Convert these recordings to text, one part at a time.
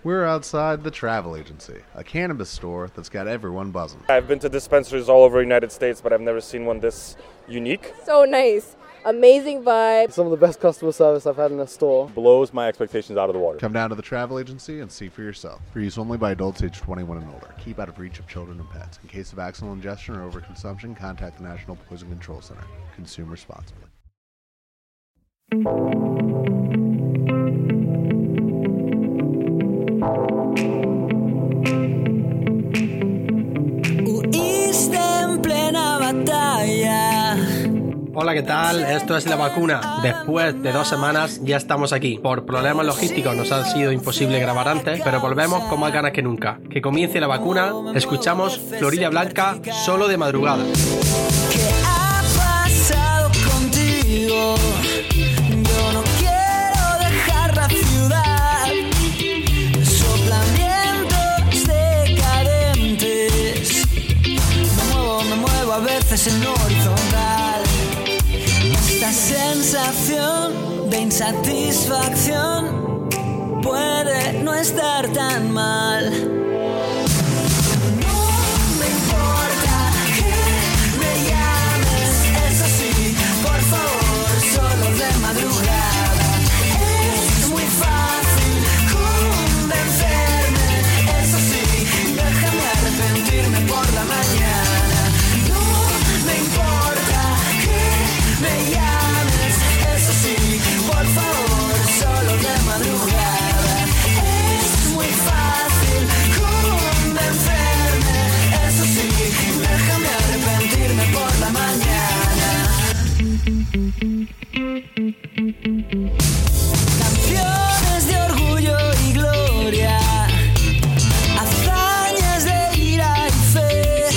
We're outside the Travel Agency, a cannabis store that's got everyone buzzing. I've been to dispensaries all over the United States, but I've never seen one this unique. So nice. Amazing vibe. Some of the best customer service I've had in a store. Blows my expectations out of the water. Come down to the Travel Agency and see for yourself. For use only by adults age 21 and older. Keep out of reach of children and pets. In case of accidental ingestion or overconsumption, contact the National Poison Control Center. Consume responsibly. Huiste en plena batalla. Hola, ¿qué tal? Esto es La Vacuna. Después de 2 semanas ya estamos aquí. Por problemas logísticos nos ha sido imposible grabar antes, pero volvemos con más ganas que nunca. Que comience La Vacuna, escuchamos Florida Blanca solo de madrugada. ¿Qué ha pasado contigo? Yo no quiero dejar la ciudad. Soplan vientos decadentes. Me muevo a veces en horizontal. Esta sensación de insatisfacción puede no estar tan mal. No me importa que me llames, eso sí, por favor, solo de madrugada. Es muy fácil convencerme, eso sí, déjame arrepentirme por la mañana. No me importa que me llames, eso sí, por favor, solo de madrugada. Es muy fácil convencerme, eso sí, déjame arrepentirme por la mañana. Canciones de orgullo y gloria, hazañas de ira y fe.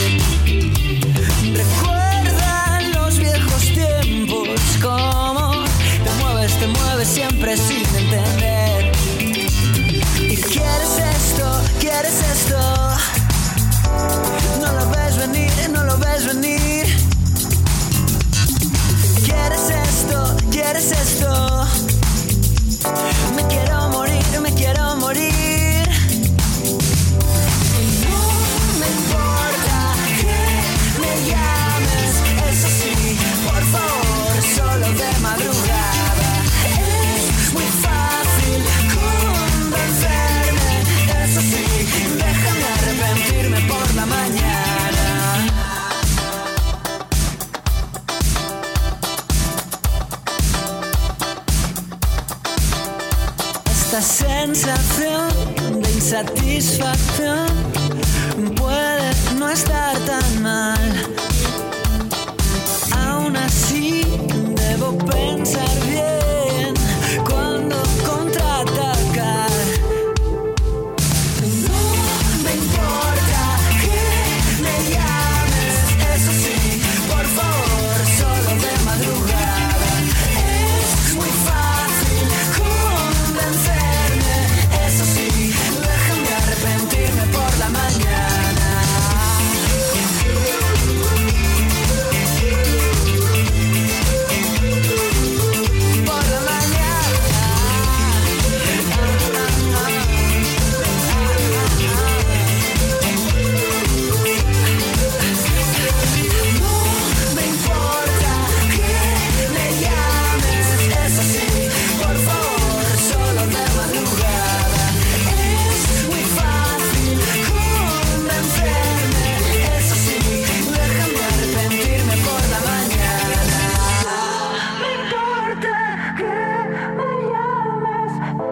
Recuerdan los viejos tiempos, como te mueves siempre sin entender. Y quieres esto, no lo ves venir, no lo ves venir. Quieres esto, me quiero morir, me quiero morir. Y no me importa que me llames, eso sí, por favor, solo de madrugada. Es muy fácil convencerme, eso sí, déjame arrepentirme por la mañana. Esta sensación de insatisfacción puede no estar tan mal. Aún así, debo pensar bien cuando contraatacar. No me importa que me llames, eso sí, por favor, solo de madrugada. Es muy fácil convencerme, eso sí, déjame arrepentirme por la mañana. Por la no me importa que me llames, eso sí, por favor, solo de madrugada. Es muy fácil convencerme, eso sí, déjame arrepentirme por la mañana. Me importa que me llames.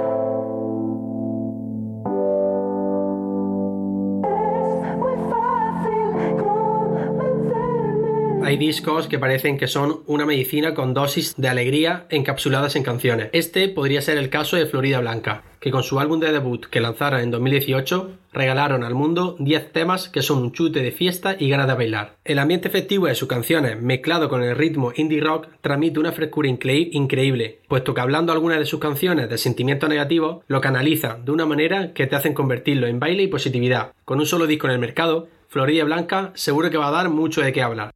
Es muy fácil convencerme. Hay discos que parecen que son una medicina con dosis de alegría encapsuladas en canciones. Este podría ser el caso de Florida Blanca, que con su álbum de debut que lanzaron en 2018 regalaron al mundo 10 temas que son un chute de fiesta y ganas de bailar. El ambiente festivo de sus canciones, mezclado con el ritmo indie rock, transmite una frescura increíble, puesto que hablando algunas de sus canciones de sentimientos negativos, lo canalizan de una manera que te hacen convertirlo en baile y positividad. Con un solo disco en el mercado, Florida Blanca seguro que va a dar mucho de qué hablar.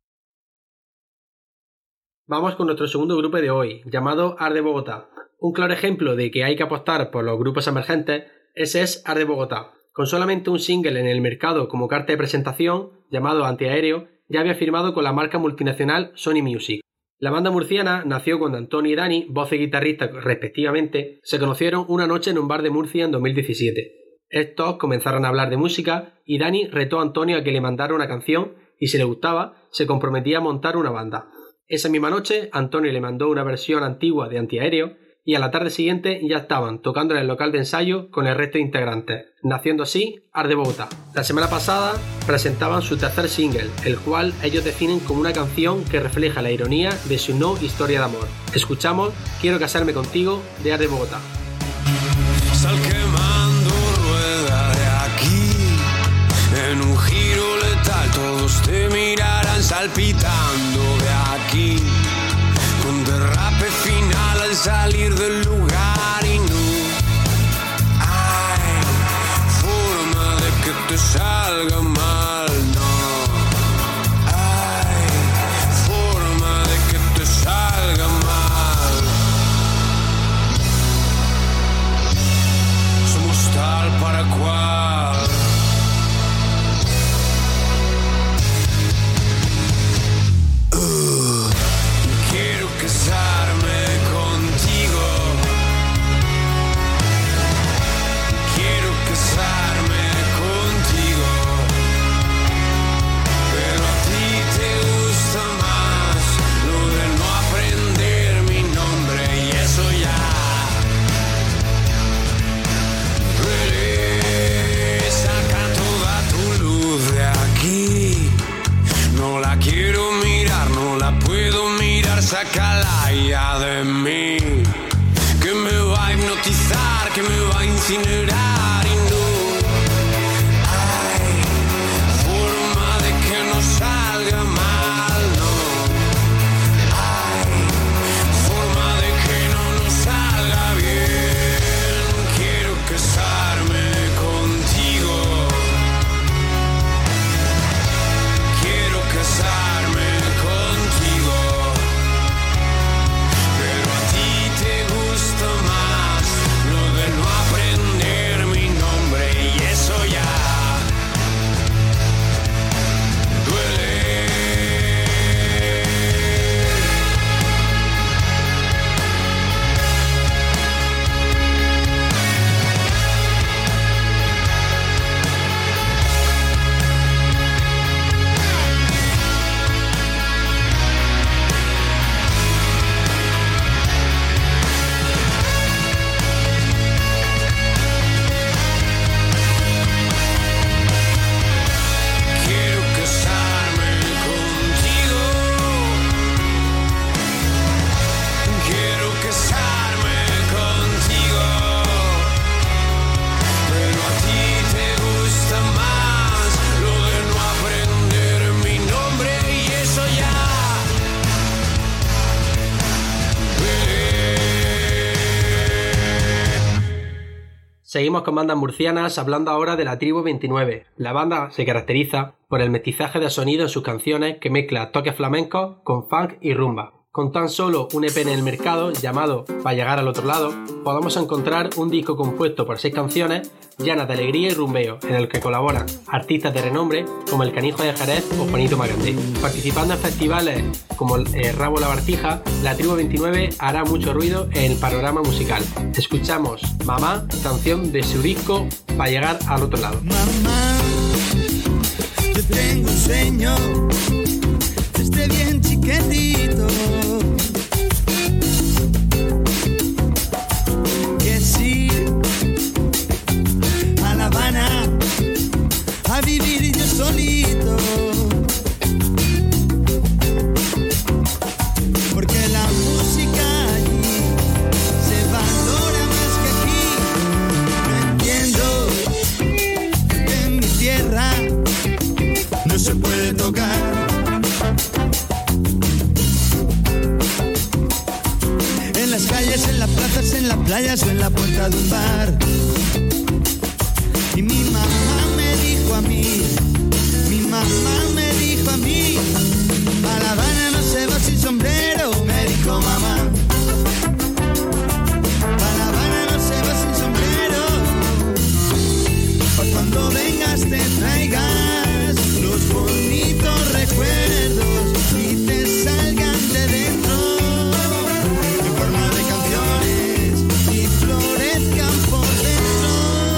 Vamos con nuestro segundo grupo de hoy, llamado Art de Bogotá. Un claro ejemplo de que hay que apostar por los grupos emergentes ese es Arde Bogotá. Con solamente un single en el mercado como carta de presentación, llamado Antiaéreo, ya había firmado con la marca multinacional Sony Music. La banda murciana nació cuando Antonio y Dani, voz y guitarrista respectivamente, se conocieron una noche en un bar de Murcia en 2017. Estos comenzaron a hablar de música y Dani retó a Antonio a que le mandara una canción y si le gustaba, se comprometía a montar una banda. Esa misma noche, Antonio le mandó una versión antigua de Antiaéreo y a la tarde siguiente ya estaban tocando en el local de ensayo con el resto de integrantes, naciendo así Arde Bogotá. La semana pasada presentaban su tercer single, el cual ellos definen como una canción que refleja la ironía de su no historia de amor. Escuchamos Quiero casarme contigo de Arde Bogotá. Sal quemando rueda de aquí, en un giro letal todos te mirarán salpitando de aquí, con derrape final al salir del lugar y no hay forma de que te salga mal, no hay forma de que te salga mal. Somos tal para cual. Quiero casarme contigo. Quiero casarme contigo. Pero a ti te gusta más lo de no aprender mi nombre y eso ya duele. Saca toda tu luz de aquí. No la quiero mirar, no la puedo mirar, sácala ya de mí. Que me va a hipnotizar, que me va a incinerar y no hay forma de que no salga mal, no hay forma de que no nos salga bien. Quiero casarme contigo. Quiero casarme contigo, pero a ti te gusta más lo de no aprender mi nombre y eso ya duele. Quiero casarme contigo. Quiero casarme contigo, pero a ti te gusta más lo de no aprender mi nombre y eso ya Seguimos con bandas murcianas, hablando ahora de la Tribu 29. La banda se caracteriza por el mestizaje de sonido en sus canciones que mezcla toques flamencos con funk y rumba. Con tan solo un EP en el mercado llamado Pa' llegar al otro lado, podemos encontrar un disco compuesto por 6 canciones llenas de alegría y rumbeo, en el que colaboran artistas de renombre como el Canijo de Jerez o Juanito Magandé. Participando en festivales como Rabo Lagartija, la Tribu 29 hará mucho ruido en el panorama musical. Escuchamos Mamá, canción de su disco Pa' llegar al otro lado. Mamá, yo tengo un sueño desde bien chiquitito, que es ir a La Habana a vivir yo solito, porque la música allí se valora más que aquí. No entiendo que en mi tierra no se puede tocar. En las calles, en las plazas, en las playas o en la puerta de un bar. Y mi mamá me dijo a mí, a La Habana no se va sin sombrero, me dijo mamá. A La Habana no se va sin sombrero. te traigas los bonitos recuerdos y te salgan de dentro en forma de canciones y florezcan por dentro.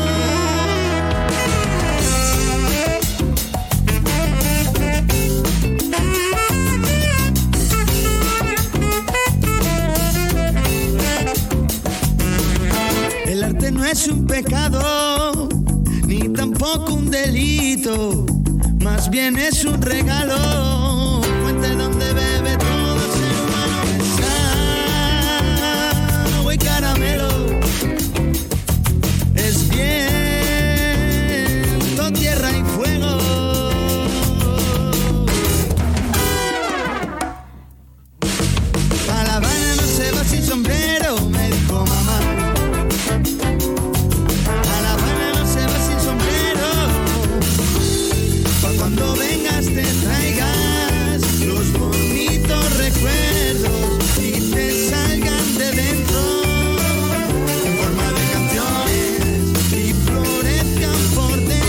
El arte no es un pecado, ni tampoco un delito, más bien es un regalo, fuente donde bebe todo ser humano, sal y caramelo, es viento, tierra y fuego. A La Habana no se va sin sombrero, me dijo mamá. Cuando vengas te traigas los bonitos recuerdos y te salgan de dentro en forma de canciones y florezcan por dentro.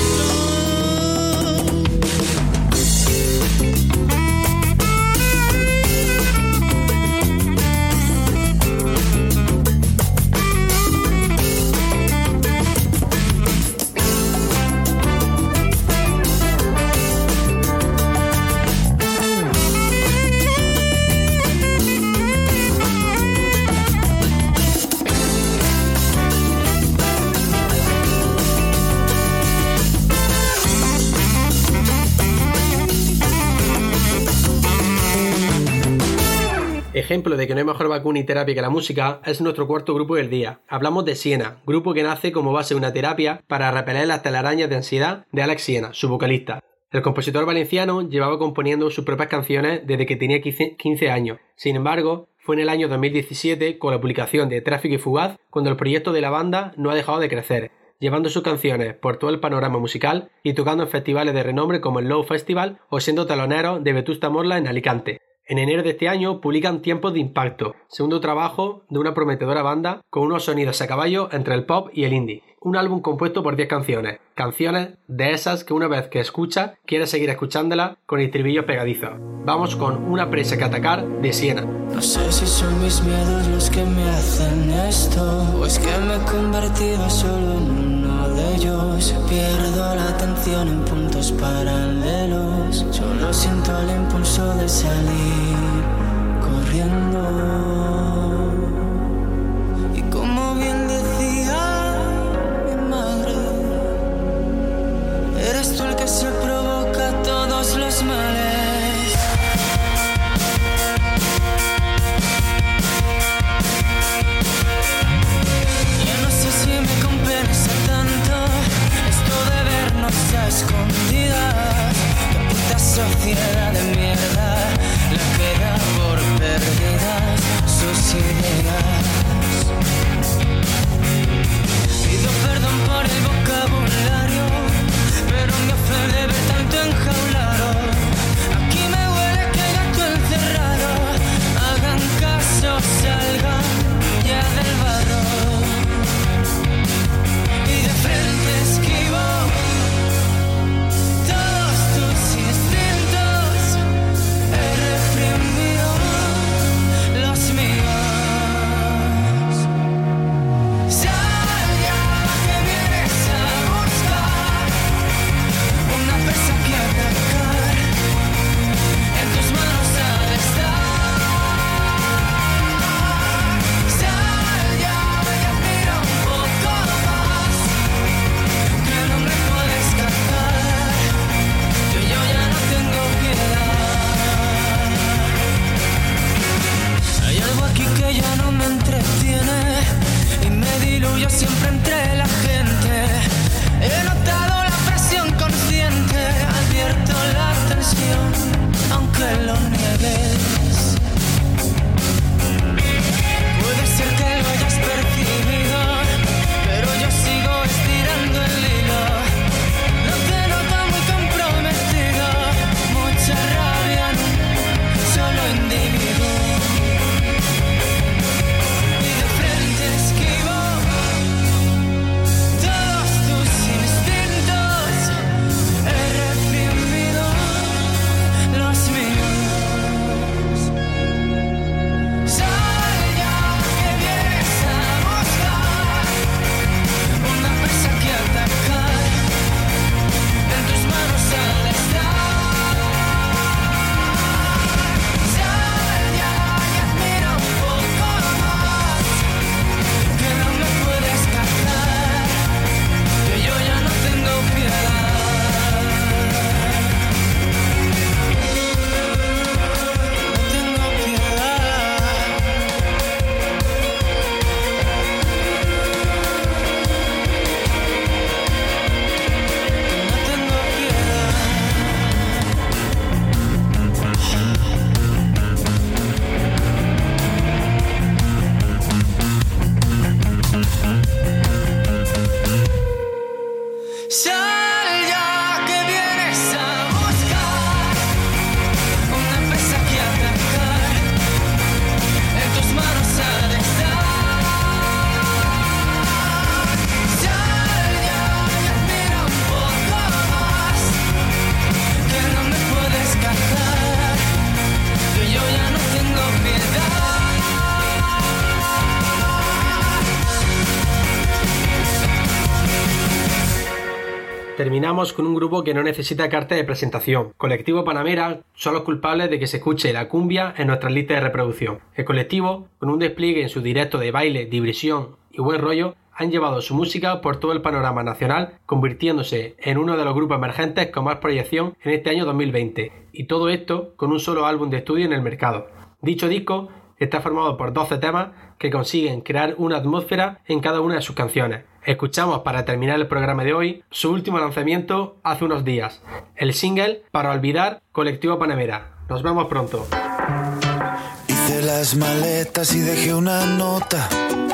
Ejemplo de que no hay mejor vacuna y terapia que la música es nuestro cuarto grupo del día. Hablamos de Siena, grupo que nace como base de una terapia para repeler las telarañas de ansiedad de Alex Siena, su vocalista. El compositor valenciano llevaba componiendo sus propias canciones desde que tenía 15 años. Sin embargo, fue en el año 2017, con la publicación de Tráfico y Fugaz, cuando el proyecto de la banda no ha dejado de crecer, llevando sus canciones por todo el panorama musical y tocando en festivales de renombre como el Low Festival o siendo taloneros de Vetusta Morla en Alicante. En enero de este año publican Tiempos de Impacto, segundo trabajo de una prometedora banda con unos sonidos a caballo entre el pop y el indie. Un álbum compuesto por 10 canciones, canciones de esas que una vez que escuchas quieres seguir escuchándolas con estribillos pegadizos. Vamos con Una presa que atacar de Siena. No sé si son mis miedos los que me hacen esto, o es que me he convertido solo en uno de ellos. Pierdo la atención en puntos paralelos, solo siento el impulso de salir corriendo. Y como bien decía mi madre, eres tú el que se provoca todos los males. A escondidas, qué puta sociedad de mierda la que da por perdidas sus ideas. Pido perdón por el vocabulario, pero me ofende ver tanto enjaulado. Aquí me huele que hay gato encerrado. Hagan caso, salgan ya del barro. Y de frente esquivo Sal ya que vienes a Sal ya que vienes a buscar una presa que atracar, en tus manos ha de estar. Sal ya y mira un poco más, que no me puedes cazar, que yo ya no tengo piedad. Terminamos con un grupo que no necesita carta de presentación. Colectivo Panamera son los culpables de que se escuche la cumbia en nuestras listas de reproducción. El colectivo, con un despliegue en sus directos de baile, diversión y buen rollo, han llevado su música por todo el panorama nacional, convirtiéndose en uno de los grupos emergentes con más proyección en este año 2020. Y todo esto con un solo álbum de estudio en el mercado. Dicho disco está formado por 12 temas que consiguen crear una atmósfera en cada una de sus canciones. Escuchamos para terminar el programa de hoy su último lanzamiento hace unos días, el single Para Olvidar, Colectivo Panamera. Nos vemos pronto. Hice las maletas y dejé una nota.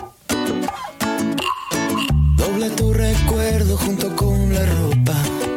Doble tu recuerdo junto con la ropa.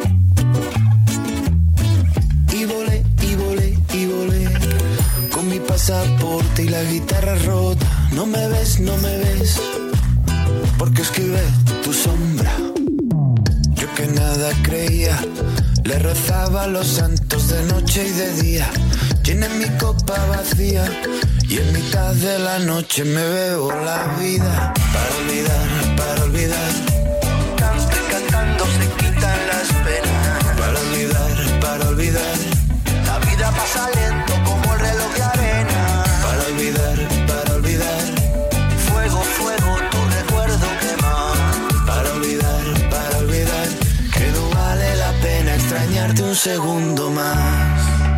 Y volé, y volé, y volé, con mi pasaporte y la guitarra rota. No me ves, no me ves, porque escribe tu sombra. Yo que nada creía, le rezaba a los santos de noche y de día. Llené mi copa vacía y en mitad de la noche me bebo la vida. Para olvidar, para olvidar, canto y cantando se quitan las penas. Para olvidar, para olvidar, la vida pasa lento como el reloj de arena. Para olvidar, para olvidar, fuego, fuego, tu recuerdo quema. Para olvidar, que no vale la pena extrañarte un segundo más.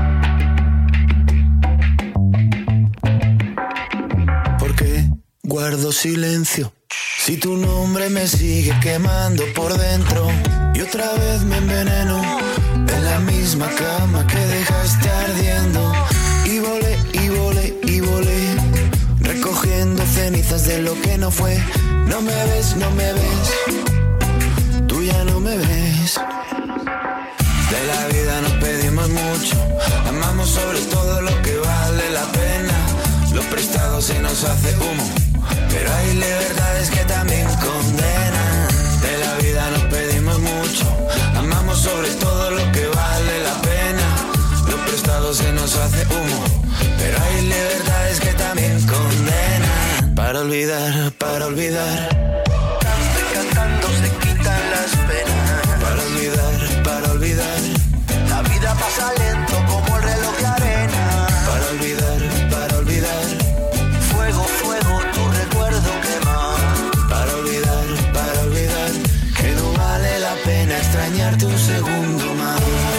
Porque guardo silencio si tu nombre me sigue quemando por dentro. Y otra vez me enveneno en la misma cama que dejaste ardiendo. Y volé, y volé, y volé, recogiendo cenizas de lo que no fue. No me ves, no me ves, tú ya no me ves. De la vida nos pedimos mucho, amamos sobre todo lo que vale la pena. Lo prestado se nos hace humo, pero hay libertades que también condenan. De la vida nos pedimos mucho, amamos sobre todo lo que vale la pena. Lo prestado se nos hace humo, pero hay libertades que también condenan. Para olvidar, para olvidar, canto y cantando se quitan las penas. Para olvidar, la vida pasa lento como el reloj de arena. Para olvidar, fuego, fuego, tu recuerdo quema. Para olvidar, que no vale la pena extrañarte un segundo más.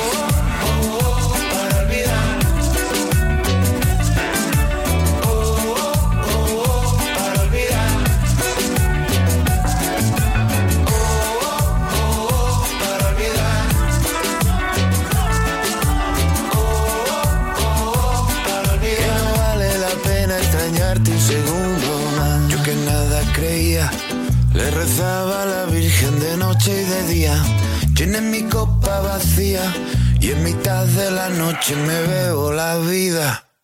Para olvidar, para olvidar, para olvidar, para olvidar, que no vale la pena extrañarte un segundo más. Yo que nada creía, le rezaba a la Virgen de noche y de día. Llené mi copa vacía y en mitad de la noche me bebo la vida.